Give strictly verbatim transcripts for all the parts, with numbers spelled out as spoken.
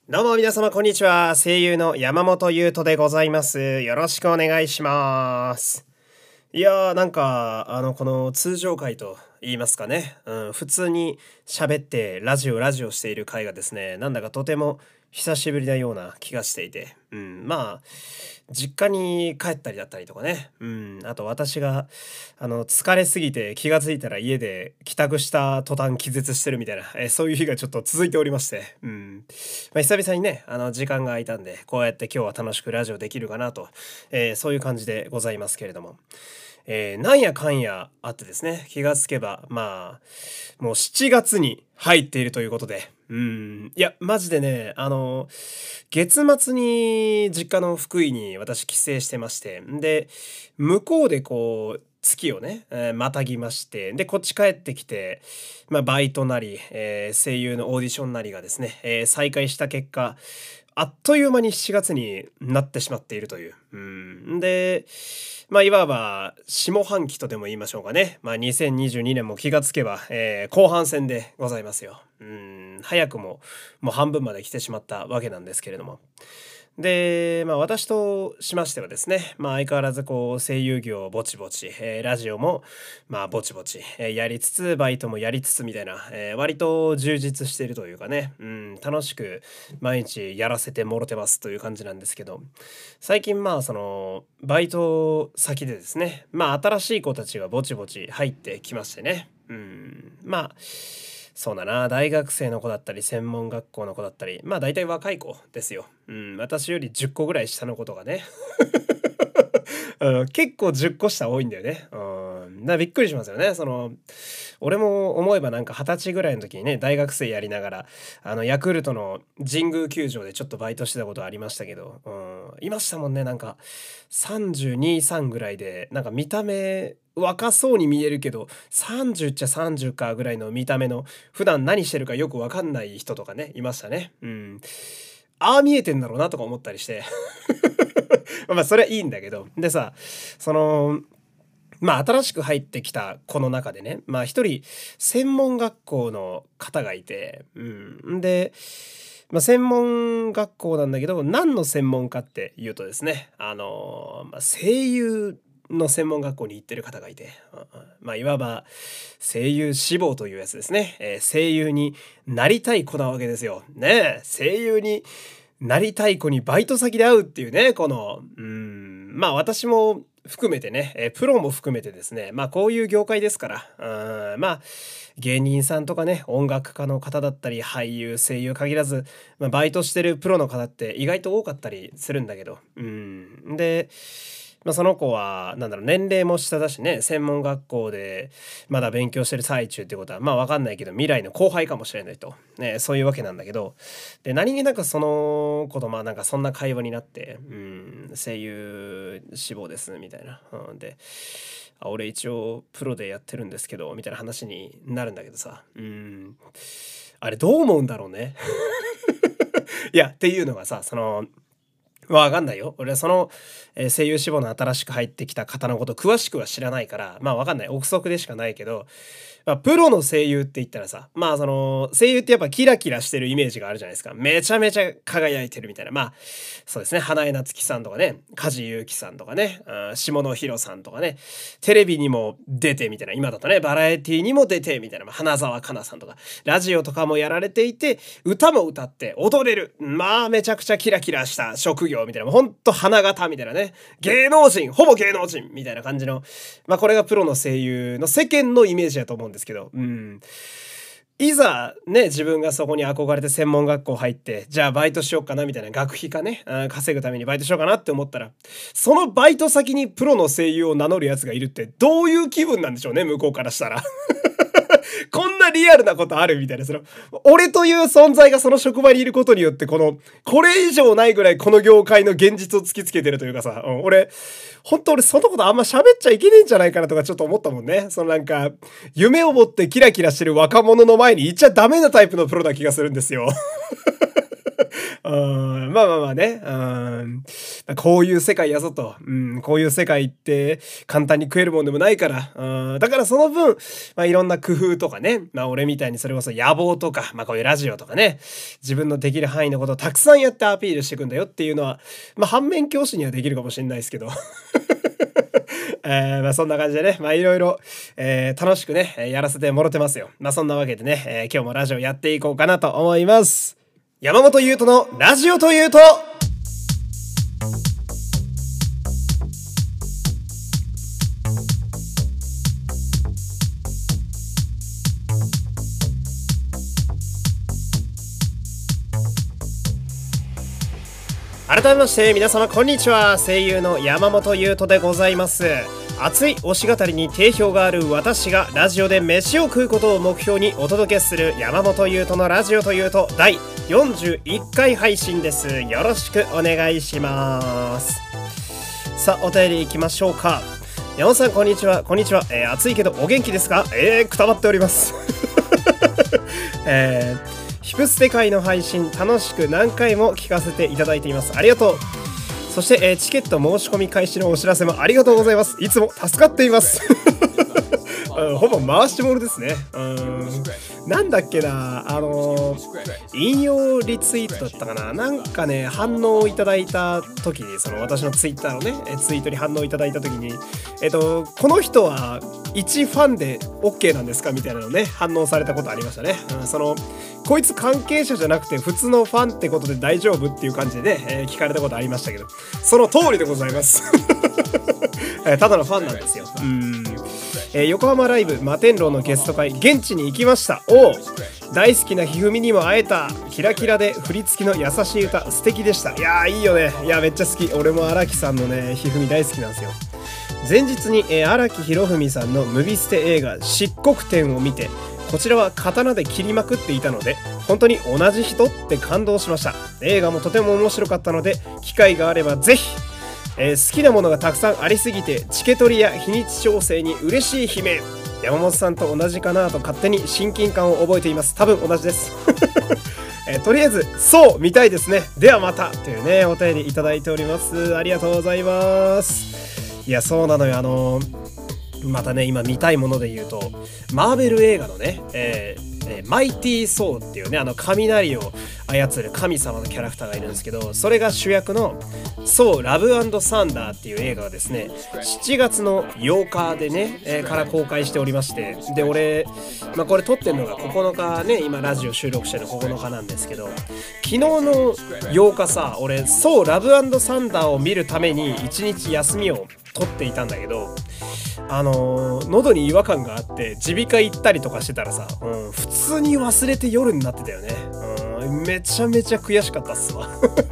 どうも皆様こんにちは。声優の山本優斗でございます。よろしくお願いします。いやーなんかあのこの通常回と言いますかね、うん、普通に喋ってラジオラジオしている回がですね、なんだかとても久しぶりなような気がしていて、うん、まあ実家に帰ったりだったりとかね、うん、あと私があの疲れすぎて気がついたら家で帰宅した途端気絶してるみたいな、えーそういう日がちょっと続いておりまして、うん、まあ、久々にねあの時間が空いたんで、こうやって今日は楽しくラジオできるかなと、えーそういう感じでございますけれども。えーなんやかんやあってですね、気がつけば、まあ、もうしちがつに入っているということで、うん、いや、マジでね、あの、月末に実家の福井に私帰省してまして、で、向こうでこう、月をね、えーまたぎまして、で、こっち帰ってきて、まあ、バイトなり、えー声優のオーディションなりがですね、えー再開した結果、あっという間にしちがつになってしまっているという。うん。で、まあ、いわば、下半期とでも言いましょうかね。まあ、にせんにじゅうにねんも気がつけば、えー後半戦でございますよ。うん。早くも、もう半分まで来てしまったわけなんですけれども。で、まあ私としましてはですね、まあ相変わらずこう声優業をぼちぼち、えーラジオもまあぼちぼち、えーやりつつ、バイトもやりつつみたいな、えー割と充実しているというかね、うん、楽しく毎日やらせてもろてますという感じなんですけど、最近まあそのバイト先でですね、まあ新しい子たちがぼちぼち入ってきましてね、うん、まあそうだな、大学生の子だったり専門学校の子だったり、まあ大体若い子ですよ。うん、私よりじゅっこぐらい下の子とかね。うん、結構じゅっこ下多いんだよね。うん、だびっくりしますよね。その俺も思えばなんかはたちぐらいの時にね、大学生やりながらあのヤクルトの神宮球場でちょっとバイトしてたことありましたけど、うん、いましたもんね。なんかさんじゅうに、さんぐらいで、なんか見た目若そうに見えるけどさんじゅうっちゃさんじゅうかぐらいの見た目の、普段何してるかよくわかんない人とかね、いましたね。うん。ああ見えてんだろうなとか思ったりしてまあそれはいいんだけど、でさ、そのまあ新しく入ってきた子の中でね、まあ一人専門学校の方がいて、うん、で、まあ、専門学校なんだけど、何の専門かっていうとですね、あのまあ、声優の専門学校に行ってる方がいて、うんうん、まあいわば声優志望というやつですね、えー声優になりたい子なわけですよ。ねえ、声優になりたい子にバイト先で会うっていうね、この、うん、まあ私も含めてね、えープロも含めてですね、まあこういう業界ですから、うん、まあ芸人さんとかね、音楽家の方だったり、俳優、声優限らず、まあ、バイトしてるプロの方って意外と多かったりするんだけど、うん。で、まあ、その子は、なんだろう、年齢も下だしね、専門学校でまだ勉強してる最中ってことは、まあわかんないけど、未来の後輩かもしれないと。ね、そういうわけなんだけど、で、何気なくその子と、まあなんかそんな会話になって、うん、声優志望です、みたいな。うん、で、あ俺一応プロでやってるんですけど、みたいな話になるんだけどさ、うん、あれどう思うんだろうね。いや、っていうのがさ、その、わかんないよ。俺はその、えー声優志望の新しく入ってきた方のこと詳しくは知らないから、まあわかんない。憶測でしかないけど、まあ、プロの声優って言ったらさ、まあその、声優ってやっぱキラキラしてるイメージがあるじゃないですか。めちゃめちゃ輝いてるみたいな。まあ、そうですね。花江夏樹さんとかね、梶裕貴さんとかね、あー下野紘さんとかね、テレビにも出てみたいな。今だとね、バラエティにも出てみたいな。まあ花澤香菜さんとか、ラジオとかもやられていて、歌も歌って踊れる。まあめちゃくちゃキラキラした職業みたいな。ほんと花形みたいなね。芸能人、ほぼ芸能人みたいな感じの。まあこれがプロの声優の世間のイメージだと思うんですけど、うん。いざね、自分がそこに憧れて専門学校入って、じゃあバイトしようかなみたいな、学費かね、あー稼ぐためにバイトしようかなって思ったら、そのバイト先にプロの声優を名乗るやつがいるってどういう気分なんでしょうね、向こうからしたら。こんなリアルなことあるみたいな、その、俺という存在がその職場にいることによって、この、これ以上ないぐらいこの業界の現実を突きつけてるというかさ、うん、俺、本当俺そのことあんま喋っちゃいけねえんじゃないかなとかちょっと思ったもんね。そのなんか、夢を持ってキラキラしてる若者の前に言っちゃダメなタイプのプロな気がするんですよ。うん、まあまあまあね。うん、 こういう世界やぞと、うん、こういう世界って簡単に食えるもんでもないから、うん、だからその分、まあ、いろんな工夫とかね、まあ俺みたいにそれこそ野望とか、まあこういうラジオとかね、自分のできる範囲のことをたくさんやってアピールしていくんだよっていうのは、まあ反面教師にはできるかもしれないですけど。えー、まあそんな感じでね、まあいろいろ、えー、楽しくね、やらせてもろてますよ。まあそんなわけでね、えー、今日もラジオやっていこうかなと思います。山本優斗のラジオというと、改めまして皆様こんにちは。声優の山本優斗でございます。熱い推し語りに定評がある私がラジオで飯を食うことを目標にお届けする山本優斗のラジオというとだいよんじゅういっかい配信です。よろしくお願いします。さあお便りいきましょうか。山本さんこんにちは。こんにちは、えー、暑いけどお元気ですか？えー、くたばっておりますえーヒプステ会の配信楽しく何回も聞かせていただいています。ありがとう。そして、えー、チケット申し込み開始のお知らせもありがとうございます。いつも助かっていますほぼ回し物ですね。うん、なんだっけな、あのー、引用リツイートだったかな、なんかね反応をいただいた時に、その私のツイッターのねツイートに反応いただいた時に、えっとこの人は一ファンで OK なんですかみたいなのね反応されたことありましたね。うん、そのこいつ関係者じゃなくて普通のファンってことで大丈夫っていう感じでね、えー、聞かれたことありましたけど、その通りでございますただのファンなんですよ。うん、えー、横浜ライブ摩天楼のゲスト会現地に行きました。お大好きなひふみにも会えた。キラキラで振り付きの優しい歌素敵でした。いやーいいよね。いやめっちゃ好き。俺も荒木さんのねひふみ大好きなんですよ。前日に荒木博文さんのムビステ映画漆黒展を見て、こちらは刀で切りまくっていたので本当に同じ人って感動しました。映画もとても面白かったので機会があればぜひ。えー、好きなものがたくさんありすぎてチケ取りや日にち調整に嬉しい悲鳴。山本さんと同じかなと勝手に親近感を覚えています。多分同じですえー、とりあえずそう見たいですね。ではまたというねお便りいただいております。ありがとうございます。いやそうなのよ。あのー、またね今見たいもので言うとマーベル映画のね、えーえー、マイティー・ソーっていうねあの雷を操る神様のキャラクターがいるんですけど、それが主役のソーラブ&サンダーっていう映画がですねしちがつのようかでね、えー、から公開しておりまして、で俺、まあ、これ撮ってるのがここのかね、今ラジオ収録してるのここのかなんですけど、昨日のようかさ俺ソーラブ&サンダーを見るためにいちにち休みを取っていたんだけど、あのー、喉に違和感があって耳鼻科行ったりとかしてたらさ、うん、普通に忘れて夜になってたよね。うん、めちゃめちゃ悔しかったっすわ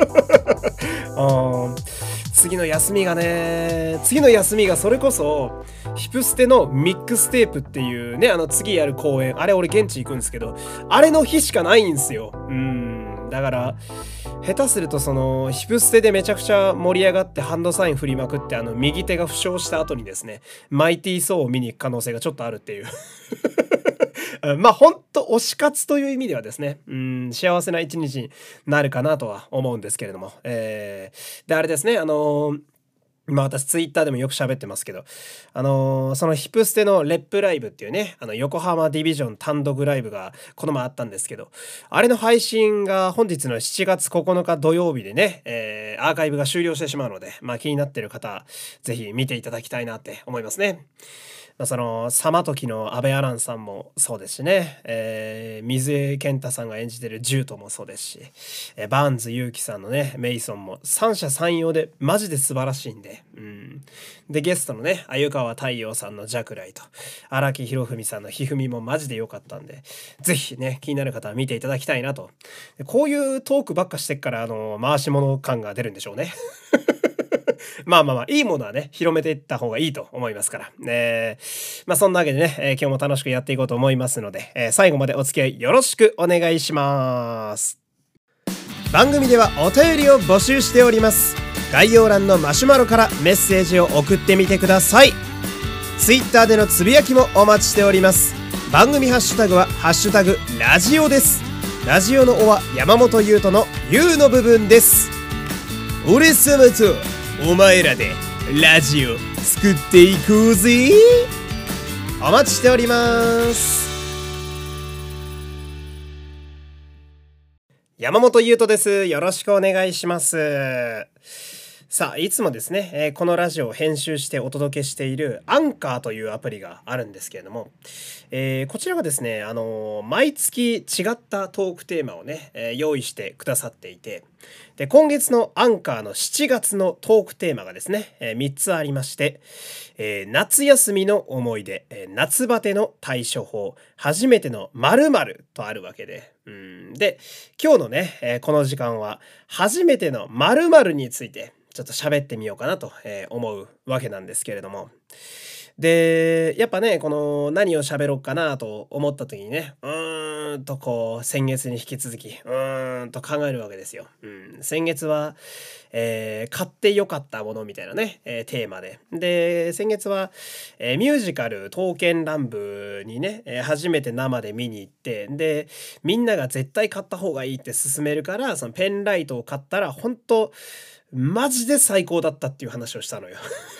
うん、次の休みがね次の休みがそれこそヒプステのミックステープっていうねあの次やる公演、あれ俺現地行くんですけど、あれの日しかないんですよ。うんだから下手するとそのヒプステでめちゃくちゃ盛り上がってハンドサイン振りまくって、あの右手が負傷した後にですねマイティー・ソーを見に行く可能性がちょっとあるっていうまあほんと推し活という意味ではですね、うん幸せな一日になるかなとは思うんですけれども、えー、であれですねあのーまあ私ツイッターでもよく喋ってますけど、あのー、そのヒプステのレップライブっていうねあの横浜ディビジョン単独ライブがこの前あったんですけど、あれの配信が本日のしちがつここのか土曜日でね、えー、アーカイブが終了してしまうので、まあ気になってる方ぜひ見ていただきたいなって思いますね。まあ、そのサマトキの阿部アランさんもそうですしね、えー、水江健太さんが演じてるジュートもそうですし、えー、バーンズ勇気さんのねメイソンも三者三様でマジで素晴らしいんで、うん、でゲストのね鮎川太陽さんのジャクライと荒木博文さんのひふみもマジで良かったんで、ぜひね気になる方は見ていただきたいなと。こういうトークばっかしてっからあの回し物感が出るんでしょうねまあまあまあいいものはね広めていった方がいいと思いますからね。まあそんなわけでね、えー、今日も楽しくやっていこうと思いますので、えー、最後までお付き合いよろしくお願いします。番組ではお便りを募集しております。概要欄のマシュマロからメッセージを送ってみてください。ツイッターでのつぶやきもお待ちしております。番組ハッシュタグはハッシュタグラジオです。ラジオのおは山本優斗の優の部分です。うれしむとお前らでラジオ作っていこうぜ。お待ちしております。山本優斗です。よろしくお願いします。さあ、いつもですね、えーこのラジオを編集してお届けしているアンカーというアプリがあるんですけれども、えーこちらがですね、あのー毎月違ったトークテーマをね、えー用意してくださっていて、で、今月のアンカーのしちがつのトークテーマがですね、えーみっつありまして、えー夏休みの思い出、えー夏バテの対処法、初めての〇〇とあるわけで、うんで、今日のね、えーこの時間は初めての〇〇についてちょっと喋ってみようかなとえー思うわけなんですけれども。で、やっぱね、この何を喋ろうかなと思った時にね、うーんとこう先月に引き続き、うーんと考えるわけですよ。うん、先月は、えー買ってよかったものみたいなね、えーテーマで。で、先月は、えーミュージカル刀剣乱舞にね、えー初めて生で見に行って、で、みんなが絶対買った方がいいって勧めるから、そのペンライトを買ったら、本当マジで最高だったっていう話をしたのよ。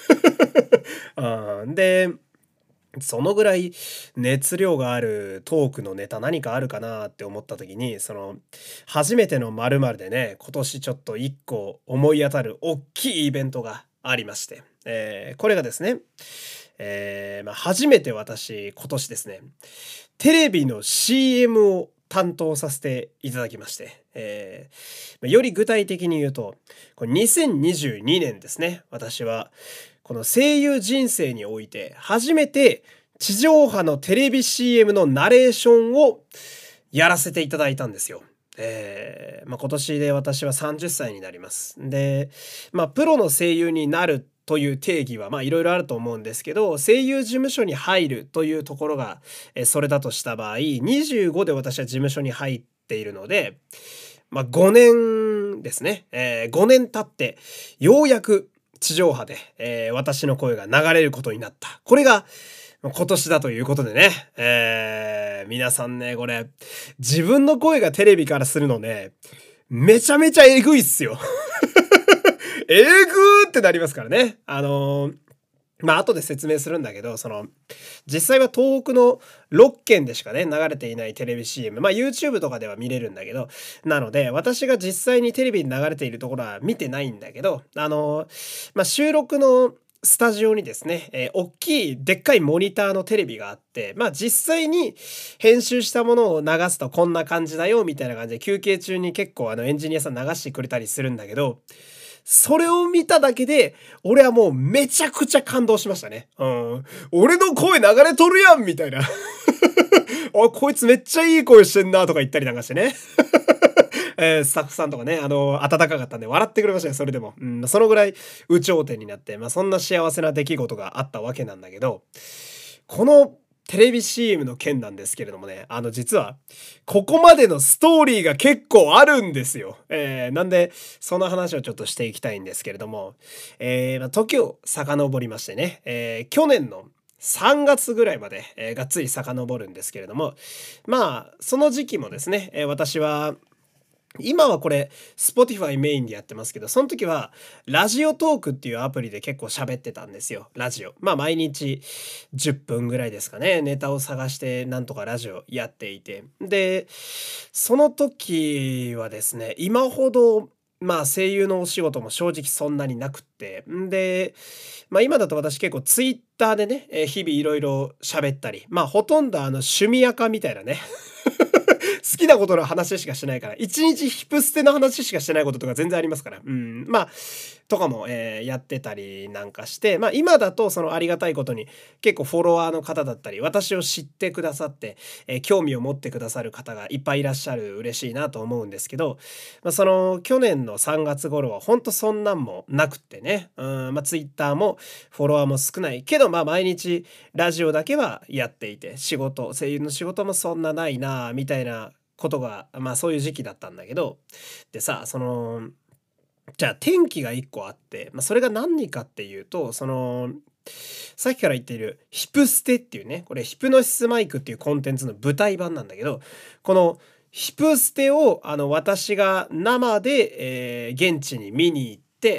うんで、そのぐらい熱量があるトークのネタ何かあるかなって思った時に、その初めての〇〇でね、今年ちょっと一個思い当たる大きいイベントがありまして、えーこれがですね、えーまあ、初めて私今年ですね、テレビの シーエム を担当させていただきまして、えーまあより具体的に言うと、これにせんにじゅうにねんですね。私はこの声優人生において初めて地上波のテレビ シーエム のナレーションをやらせていただいたんですよ。えーまあ、今年で私はさんじゅっさいになります。で、まあ、プロの声優になるという定義はまあいろいろあると思うんですけど、声優事務所に入るというところがえーそれだとした場合、にじゅうごで私は事務所に入っているので、まあ、ごねんですね、えーごねん経ってようやく地上波で、えー私の声が流れることになった。これが今年だということでね、えー皆さんね、これ自分の声がテレビからするのね、めちゃめちゃえぐいっすよ。えぐーってなりますからね。あのーまあ後で説明するんだけど、その実際は東北のろっけんでしかね流れていないテレビ シーエム、まあ YouTube とかでは見れるんだけど、なので私が実際にテレビに流れているところは見てないんだけど、あのまあ収録のスタジオにですね、えー、大きいでっかいモニターのテレビがあって、まあ実際に編集したものを流すとこんな感じだよみたいな感じで休憩中に結構あのエンジニアさん流してくれたりするんだけど、それを見ただけで、俺はもうめちゃくちゃ感動しましたね。うん。俺の声流れとるやんみたいな。あ、こいつめっちゃいい声してんなとか言ったりなんかしてね。えースタッフさんとかね、あの、温かかったんで笑ってくれましたよ、それでも。うん、そのぐらい有頂天になって、まあそんな幸せな出来事があったわけなんだけど、このテレビ シーエム の件なんですけれどもね、あの実は、ここまでのストーリーが結構あるんですよ。えー、なんで、その話をちょっとしていきたいんですけれども、えー、まあ時を遡りましてね、えー、去年のさんがつぐらいまで、えーがっつり遡るんですけれども、まあ、その時期もですね、えー私は、今はこれ Spotify メインでやってますけど、その時はラジオトークっていうアプリで結構喋ってたんですよ。ラジオ。まあ毎日じゅっぷんぐらいですかね。ネタを探してなんとかラジオやっていて。で、その時はですね、今ほどまあ声優のお仕事も正直そんなになくって。んで、まあ今だと私結構ツイッターでね、えー日々いろいろ喋ったり、まあほとんどあの趣味垢みたいなね。好きなことの話しかしないから、一日ヒプステの話しかしてないこととか全然ありますから。うん。まあ、とかも、えーやってたりなんかして、まあ今だとそのありがたいことに結構フォロワーの方だったり、私を知ってくださって、えー興味を持ってくださる方がいっぱいいらっしゃる嬉しいなと思うんですけど、まあその去年のさんがつ頃はほんとそんなんもなくってね、うん、まあツイッターもフォロワーも少ないけど、まあ毎日ラジオだけはやっていて、仕事、声優の仕事もそんなないなみたいなことが、まあそういう時期だったんだけど、でさ、その、じゃあ転機が一個あって、まあそれが何かっていうと、その、さっきから言っているヒプステっていうね、これヒプノシスマイクっていうコンテンツの舞台版なんだけど、このヒプステをあの私が生で、えー現地に見に行っ 、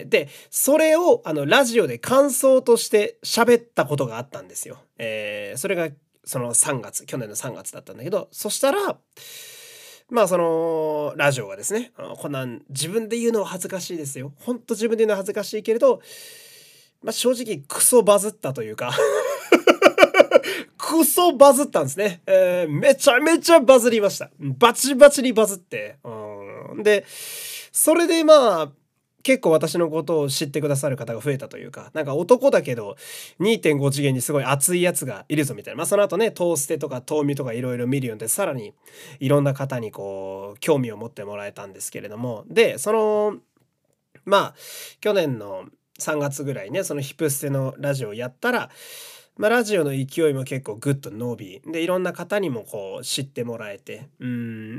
で、それをあのラジオで感想として喋ったことがあったんですよ。えー、それがそのさんがつ、去年のさんがつだったんだけど、そしたら、まあそのラジオがですね、あこんなん自分で言うのは恥ずかしいですよ。ほんと自分で言うのは恥ずかしいけれど、まあ正直クソバズったというかクソバズったんですね。えー、めちゃめちゃバズりました。バチバチにバズって。うん。で、それでまあ、結構私のことを知ってくださる方が増えたというか、なんか男だけど にてんご 次元にすごい熱いやつがいるぞみたいな。まあその後ね、トーステとかトーミとかいろいろ見るようで、さらにいろんな方にこう、興味を持ってもらえたんですけれども、で、その、まあ、去年のさんがつぐらいね、そのヒプステのラジオをやったら、まあ、ラジオの勢いも結構グッと伸び、で、いろんな方にもこう知ってもらえて、うん、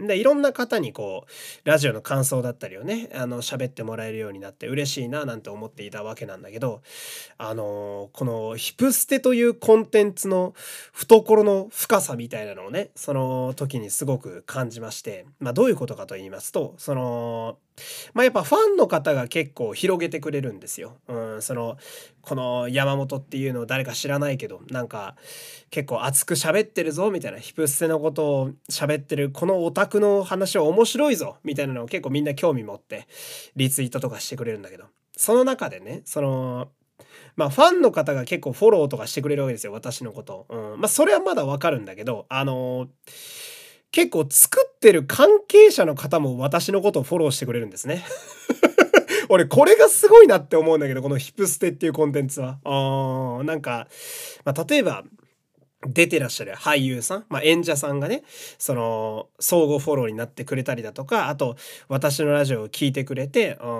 で、いろんな方にこう、ラジオの感想だったりをね、あの、喋ってもらえるようになって嬉しいななんて思っていたわけなんだけど、あのーこのヒプステというコンテンツの懐の深さみたいなのをね、その時にすごく感じまして、まあどういうことかと言いますと、その、まあやっぱファンの方が結構広げてくれるんですよ。うん、その、この山本っていうのを誰か知らないけど、なんか結構熱く喋ってるぞみたいな、ヒプステのことを喋ってるこのオタクの話は面白いぞみたいなのを結構みんな興味持ってリツイートとかしてくれるんだけど、その中でね、その、まあファンの方が結構フォローとかしてくれるわけですよ、私のことを。うん、まあそれはまだわかるんだけど、あのー結構作ってる関係者の方も私のことをフォローしてくれるんですね。俺これがすごいなって思うんだけど、このヒプステっていうコンテンツは。あーなんか、まあ、例えば、出てらっしゃる俳優さん、まあ、演者さんがね、その、相互フォローになってくれたりだとか、あと、私のラジオを聞いてくれて、うん、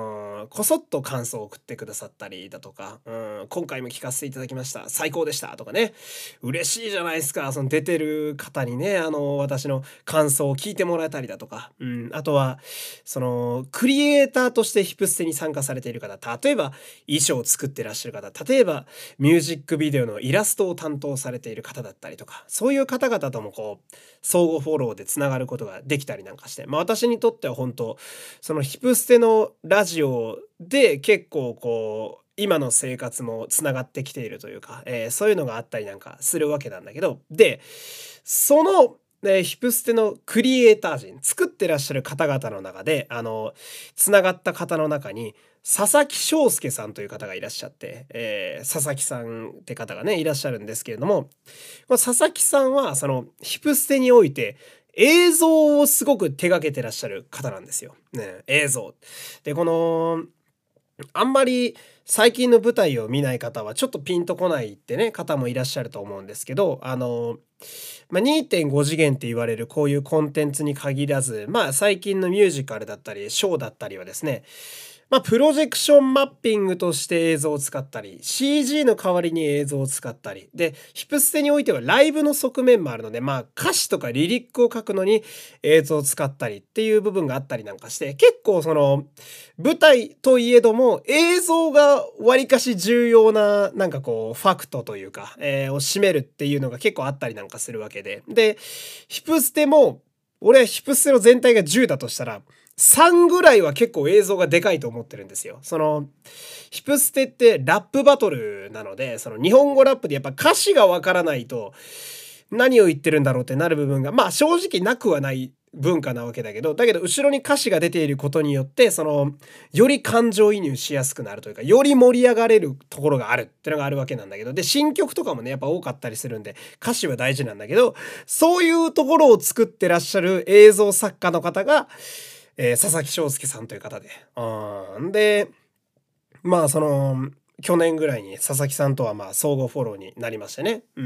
こそっと感想を送ってくださったりだとか、うん、今回も聞かせていただきました。最高でしたとかね。嬉しいじゃないですか。その出てる方にね、あの、私の感想を聞いてもらえたりだとか、うん、あとは、その、クリエイターとしてヒプステに参加されている方、例えば、衣装を作ってらっしゃる方、例えば、ミュージックビデオのイラストを担当されている方だったりとか、そういう方々ともこう、相互フォローでつながることができたりなんかして、まあ私にとっては本当、そのヒプステのラジオで結構こう、今の生活もつながってきているというか、えーそういうのがあったりなんかするわけなんだけど、で、その、えーヒプステのクリエイター陣、作ってらっしゃる方々の中で、あの、つながった方の中に、佐々木翔介さんという方がいらっしゃって、えー佐々木さんって方がね、いらっしゃるんですけれども、この佐々木さんは、その、ヒプステにおいて、映像をすごく手掛けてらっしゃる方なんですよ。ね、映像。で、この、あんまり最近の舞台を見ない方はちょっとピンとこないってね、方もいらっしゃると思うんですけど、あの、まあ、にてんご 次元って言われるこういうコンテンツに限らず、まあ最近のミュージカルだったり、ショーだったりはですね、まあ、プロジェクションマッピングとして映像を使ったり、シージー の代わりに映像を使ったり、で、ヒプステにおいてはライブの側面もあるので、まあ、歌詞とかリリックを書くのに映像を使ったりっていう部分があったりなんかして、結構その、舞台といえども、映像がわりかし重要な、なんかこう、ファクトというか、えーを占めるっていうのが結構あったりなんかするわけで。で、ヒプステも、俺はヒプステの全体がじゅうだとしたら、さんぐらいは結構映像がでかいと思ってるんですよ。その、ヒプステってラップバトルなので、その日本語ラップでやっぱ歌詞がわからないと何を言ってるんだろうってなる部分が、まあ正直なくはない文化なわけだけど、だけど後ろに歌詞が出ていることによって、その、より感情移入しやすくなるというか、より盛り上がれるところがあるっていうのがあるわけなんだけど、で、新曲とかもね、やっぱ多かったりするんで、歌詞は大事なんだけど、そういうところを作ってらっしゃる映像作家の方が、えー佐々木翔介さんという方で。うん。で、まあその、去年ぐらいに佐々木さんとはまあ相互フォローになりましてね。うん。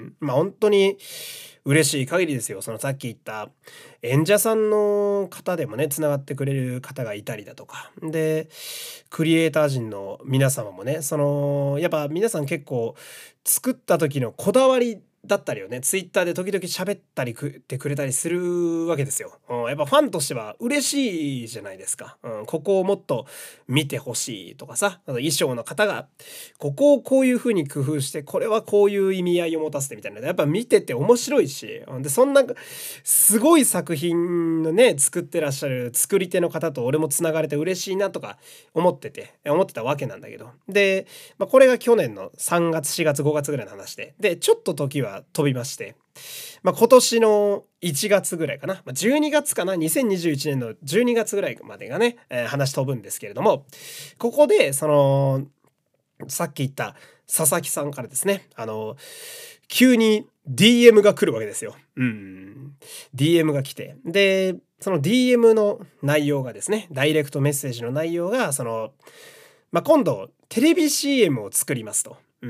まあ本当に嬉しい限りですよ。そのさっき言った演者さんの方でもね、つながってくれる方がいたりだとか。で、クリエイター陣の皆様もね、その、やっぱ皆さん結構作った時のこだわりだったりをね、ツイッターで時々喋ったりくってくれたりするわけですよ。うん、やっぱファンとしては嬉しいじゃないですか。うん、ここをもっと見てほしいとかさ、あの衣装の方がここをこういう風に工夫して、これはこういう意味合いを持たせてみたいな。やっぱ見てて面白いし、うんで、そんなすごい作品のね、作ってらっしゃる作り手の方と俺もつながれて嬉しいなとか思ってて、思ってたわけなんだけど。で、まあ、これが去年のさんがつ、しがつ、ごがつぐらいの話で、で、ちょっと時は飛びまして、まあ、今年のいちがつぐらいかな、まあ、じゅうにがつかな、にせんにじゅういちねんのじゅうにがつぐらいまでがね、えー話飛ぶんですけれども、ここで、その、さっき言った佐々木さんからですね、あの、急に ディーエム が来るわけですよ。うん。ディーエム が来て。で、その ディーエム の内容がですね、ダイレクトメッセージの内容が、その、まあ、今度、テレビ シーエム を作りますと。うん。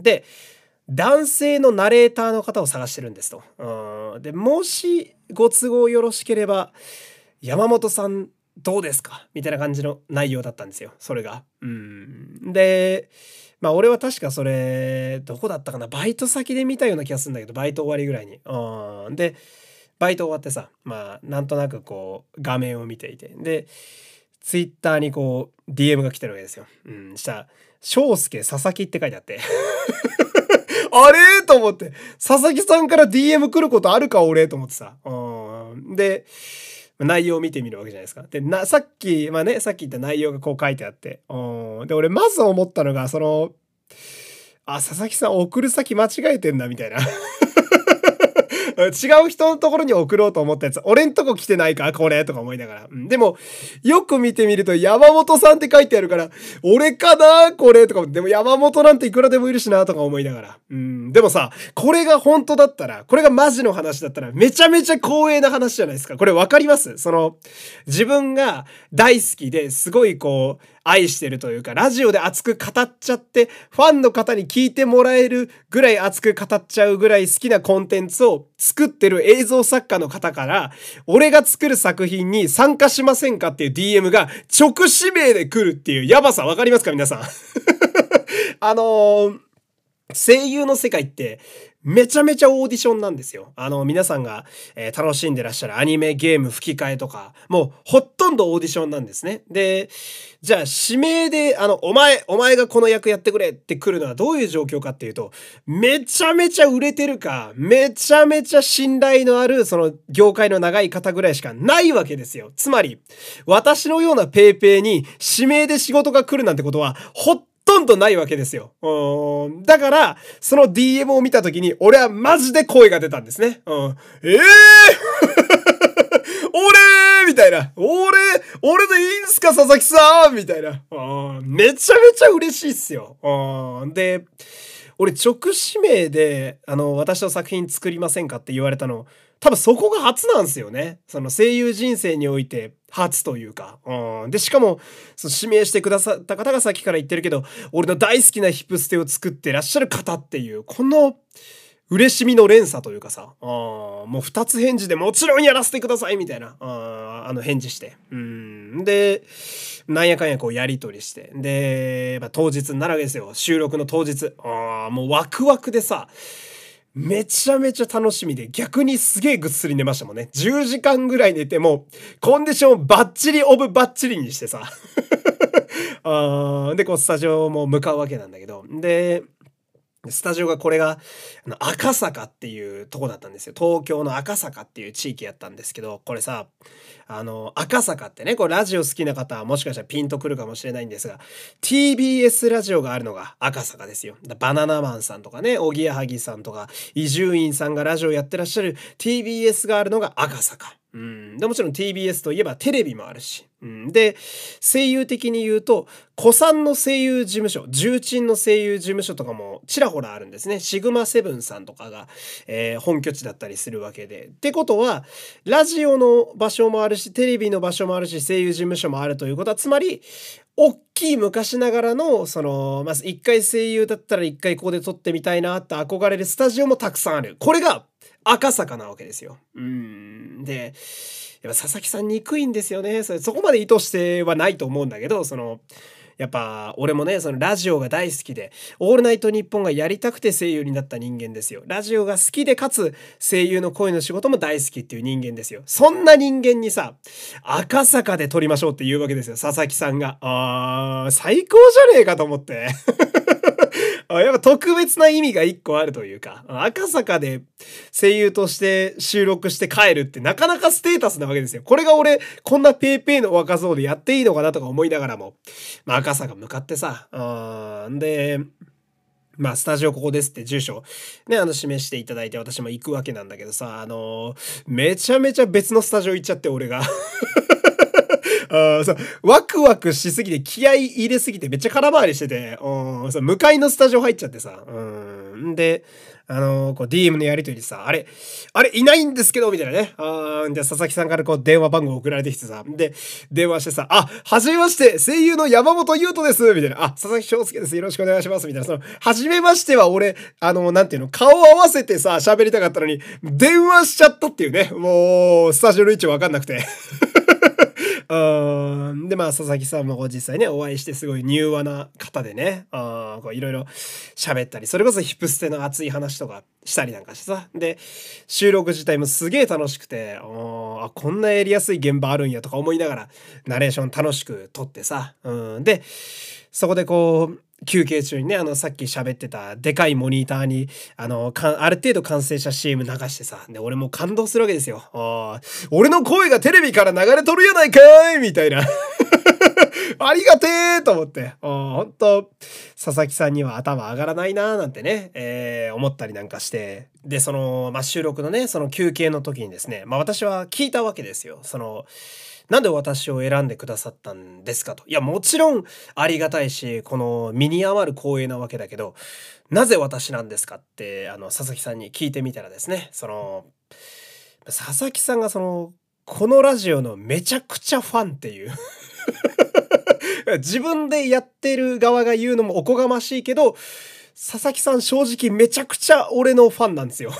で、男性のナレーターの方を探してるんですと。うん。で、もしご都合よろしければ、山本さんどうですかみたいな感じの内容だったんですよ。それが。うん。で、まあ俺は確かそれ、どこだったかなバイト先で見たような気がするんだけど、バイト終わりぐらいに。うん。で、バイト終わってさ、まあなんとなくこう画面を見ていて。で、ツイッターにこう ディーエム が来てるわけですよ。うん。したら、翔介佐々木って書いてあって。あれと思って。佐々木さんから ディーエム 来ることあるか俺と思ってさ。うん。で、内容を見てみるわけじゃないですか。で、な、さっき、まあね、さっき言った内容がこう書いてあって。うん。で、俺まず思ったのが、その、あ、佐々木さん送る先間違えてんだみたいな。違う人のところに送ろうと思ったやつ、俺んとこ来てないかこれとか思いながら。うん、でも、よく見てみると山本さんって書いてあるから、俺かなこれとか、でも山本なんていくらでもいるしなとか思いながら。うん、でもさ、これが本当だったら、これがマジの話だったら、めちゃめちゃ光栄な話じゃないですか。これわかりますその、自分が大好きですごいこう、愛してるというか、ラジオで熱く語っちゃって、ファンの方に聞いてもらえるぐらい熱く語っちゃうぐらい好きなコンテンツを作ってる映像作家の方から、俺が作る作品に参加しませんかっていう ディーエム が直指名で来るっていうやばさわかりますか皆さん。あのー、声優の世界ってめちゃめちゃオーディションなんですよ。あの、皆さんが、えー楽しんでらっしゃるアニメ、ゲーム、吹き替えとか、もうほとんどオーディションなんですね。で、じゃあ指名で、あの、お前、お前がこの役やってくれって来るのはどういう状況かっていうと、めちゃめちゃ売れてるか、めちゃめちゃ信頼のある、その業界の長い方ぐらいしかないわけですよ。つまり、私のようなペーペーに指名で仕事が来るなんてことは、ほほとんどないわけですよ。うん。だから、その ディーエム を見たときに、俺はマジで声が出たんですね。うん。ええー俺みたいな。俺、俺でいいんすか佐々木さんみたいな。うん。めちゃめちゃ嬉しいっすよ。うん。で、俺直指名で、あの、私の作品作りませんかって言われたの、多分そこが初なんですよね。その声優人生において初というか。うん。で、しかも、その指名してくださった方がさっきから言ってるけど、俺の大好きなヒップステを作ってらっしゃる方っていう、この嬉しみの連鎖というかさ、あもう二つ返事でもちろんやらせてくださいみたいな、ああの返事して。うん。で、なんやかんやこうやりとりして。で、まあ、当日になるわけですよ。収録の当日。あもうワクワクでさ、めちゃめちゃ楽しみで、逆にすげえぐっすり寝ましたもんね。じゅうじかんぐらい寝て、もう、コンディションバッチリオブバッチリにしてさ。あで、こう、スタジオも向かうわけなんだけど。で、スタジオがこれが、あの、赤坂っていうとこだったんですよ。東京の赤坂っていう地域やったんですけど、これさ、あの、赤坂ってね、これラジオ好きな方はもしかしたらピンとくるかもしれないんですが、ティービーエス ラジオがあるのが赤坂ですよ。バナナマンさんとかね、おぎやはぎさんとか、伊集院さんがラジオやってらっしゃる ティービーエス があるのが赤坂。うん。で、もちろん ティービーエス といえばテレビもあるし。うん。で、声優的に言うと、古参の声優事務所、重鎮の声優事務所とかもちらほらあるんですね。シグマセブンさんとかが、えー本拠地だったりするわけで。ってことは、ラジオの場所もあるし、テレビの場所もあるし、声優事務所もあるということは、つまり、大きい昔ながらの、その、まず一回声優だったら一回ここで撮ってみたいなって憧れるスタジオもたくさんある。これが赤坂なわけですよ。うん。で、やっぱ佐々木さん憎いんですよね。それそこまで意図してはないと思うんだけど、その、 やっぱ俺もねそのラジオが大好きでオールナイトニッポンがやりたくて声優になった人間ですよ。ラジオが好きでかつ声優の声の仕事も大好きっていう人間ですよ。そんな人間にさ赤坂で撮りましょうって言うわけですよ、佐々木さんが。あー最高じゃねえかと思ってやっぱ特別な意味が一個あるというか、赤坂で声優として収録して帰るってなかなかステータスなわけですよ。これが俺こんなペーペーの若造でやっていいのかなとか思いながらも、まあ、赤坂向かってさ、あーでまあ、スタジオここですって住所ね、あの示していただいて私も行くわけなんだけどさ、あのー、めちゃめちゃ別のスタジオ行っちゃって俺があそうワクワクしすぎて気合い入れすぎてめっちゃ空回りしてて、うん、そう向かいのスタジオ入っちゃってさ、うんであのー、こう ディーエム のやりとりでさ、あれあれいないんですけどみたいなね、あで佐々木さんからこう電話番号送られてきてさ、で電話してさ、あはじめまして声優の山本優斗ですみたいな、あ佐々木翔介ですよろしくお願いしますみたいな、そのはじめましては俺あのなんていうの顔合わせてさ喋りたかったのに電話しちゃったっていうね、もうスタジオの位置わかんなくてうん。で、まあ、佐々木さんも実際ね、お会いしてすごい柔和な方でね、あこういろいろ喋ったり、それこそヒプステの熱い話とかしたりなんかしてさ、で、収録自体もすげえ楽しくて、あこんなやりやすい現場あるんやとか思いながら、ナレーション楽しく撮ってさ、うん。で、そこでこう、休憩中にね、あの、さっき喋ってたでかいモニターに、あの、かある程度完成した シーエム 流してさ、で、俺も感動するわけですよ。あ俺の声がテレビから流れとるやないかーいみたいな。ありがてーと思って。ほんと、佐々木さんには頭上がらないなーなんてね、えー、思ったりなんかして。で、その、まあ、収録のね、その休憩の時にですね、まあ、私は聞いたわけですよ。その、なんで私を選んでくださったんですかと。いや、もちろんありがたいし、この身に余る光栄なわけだけど、なぜ私なんですかって、あの、佐々木さんに聞いてみたらですね、その、佐々木さんがその、このラジオのめちゃくちゃファンっていう。自分でやってる側が言うのもおこがましいけど、佐々木さん正直めちゃくちゃ俺のファンなんですよ。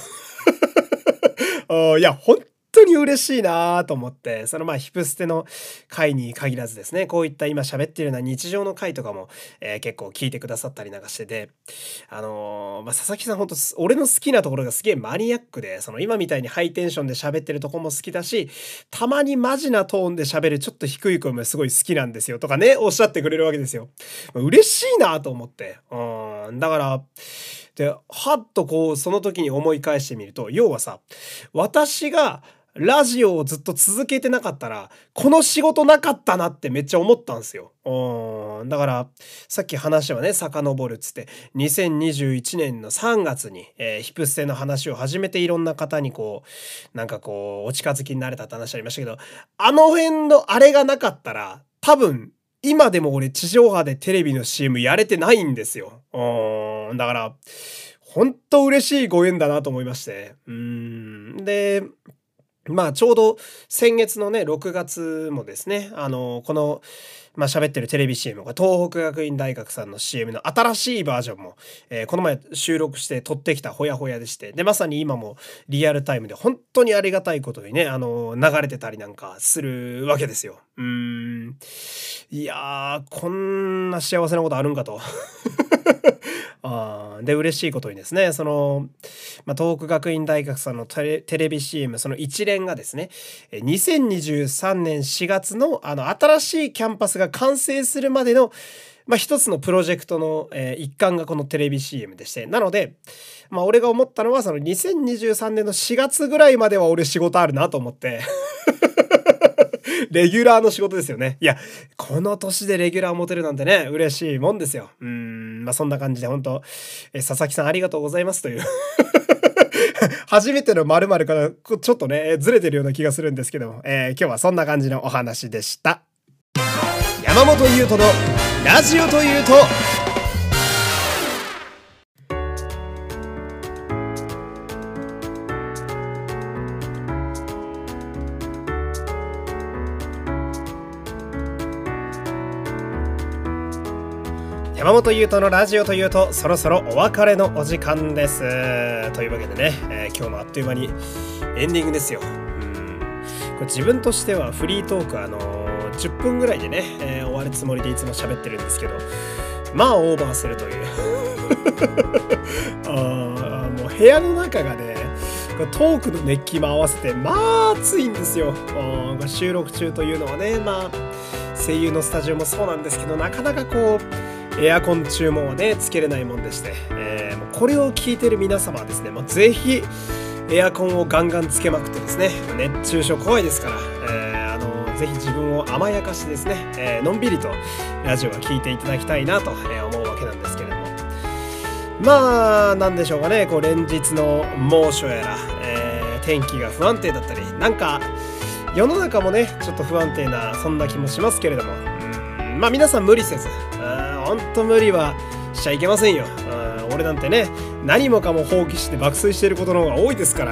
いや、本当に嬉しいなと思って、そのまあヒプステの回に限らずですね、こういった今喋ってるような日常の回とかも、えー、結構聞いてくださったりなんかしてて、あのー、まあ佐々木さん本当俺の好きなところがすげえマニアックで、その今みたいにハイテンションで喋ってるとこも好きだし、たまにマジなトーンで喋るちょっと低い声もすごい好きなんですよとかね、おっしゃってくれるわけですよ。嬉しいなと思って、うん、だからではっとこうその時に思い返してみると、要はさ、私がラジオをずっと続けてなかったらこの仕事なかったなってめっちゃ思ったんですよ。うん、だからさっき話はね遡るっつってにせんにじゅういちねんのさんがつに、えー、ヒプステの話を始めていろんな方にこうなんかこうお近づきになれたって話ありましたけど、あの辺のあれがなかったら多分今でも俺地上波でテレビの シーエム やれてないんですよ。うん、だから本当嬉しいご縁だなと思いまして、うーんでまあちょうど先月のねろくがつもですね、あのこのまあ喋ってるテレビ シーエム が東北学院大学さんの シーエム の新しいバージョンも、えー、この前収録して撮ってきたほやほやでして、でまさに今もリアルタイムで本当にありがたいことにね、あの流れてたりなんかするわけですよ。うーんいやーこんな幸せなことあるんかと。あで嬉しいことにですね、その、まあ、東北学院大学さんのテレ、テレビ シーエム その一連がですねにせんにじゅうさんねんしがつのあの新しいキャンパスが完成するまでの、まあ、一つのプロジェクトの、えー、一環がこのテレビ シーエム でして、なのでまあ俺が思ったのはそのにせんにじゅうさんねんのしがつぐらいまでは俺仕事あるなと思ってレギュラーの仕事ですよね。いや、この年でレギュラー持てるなんてね、嬉しいもんですよ。うーん、まあそんな感じで本当、え佐々木さんありがとうございますという。初めての〇〇からちょっとね、ずれてるような気がするんですけども、えー、今日はそんな感じのお話でした。山本優斗のラジオというと、山本優斗のラジオというと、そろそろお別れのお時間です。というわけでね、えー、今日もあっという間にエンディングですよ。うんこれ自分としてはフリートークあのー、 じゅっぷんぐらいでね、えー、終わるつもりでいつも喋ってるんですけど、まあオーバーするというあーもう部屋の中がねトークの熱気も合わせてまあ暑いんですよ。あ収録中というのはね、まあ声優のスタジオもそうなんですけど、なかなかこうエアコン注文はねつけれないもんでして、えー、もうこれを聞いてる皆様はですね、もうぜひエアコンをガンガンつけまくってですね、熱中症怖いですから、えー、あのぜひ自分を甘やかしてですね、えー、のんびりとラジオは聞いていただきたいなと思うわけなんですけれども、まあなんでしょうかね、こう連日の猛暑やら、えー、天気が不安定だったり、なんか世の中もねちょっと不安定なそんな気もしますけれども、うんまあ皆さん無理せず、ほんと無理はしちゃいけませんよ。俺なんてね何もかも放棄して爆睡していることの方が多いですから、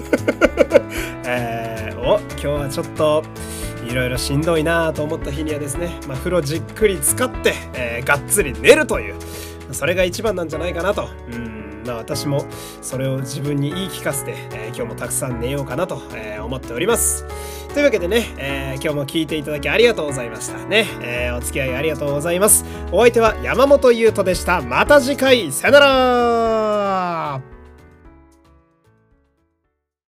えー、お今日はちょっといろいろしんどいなと思った日にはですね、まあ、風呂じっくり使って、えー、がっつり寝るという、それが一番なんじゃないかなと。うんまあ私もそれを自分に言い聞かせて、えー、今日もたくさん寝ようかなと、えー、思っております。というわけでね、えー、今日も聞いていただきありがとうございましたね、えー、お付き合いありがとうございます。お相手は山本優斗でした。また次回、さよなら。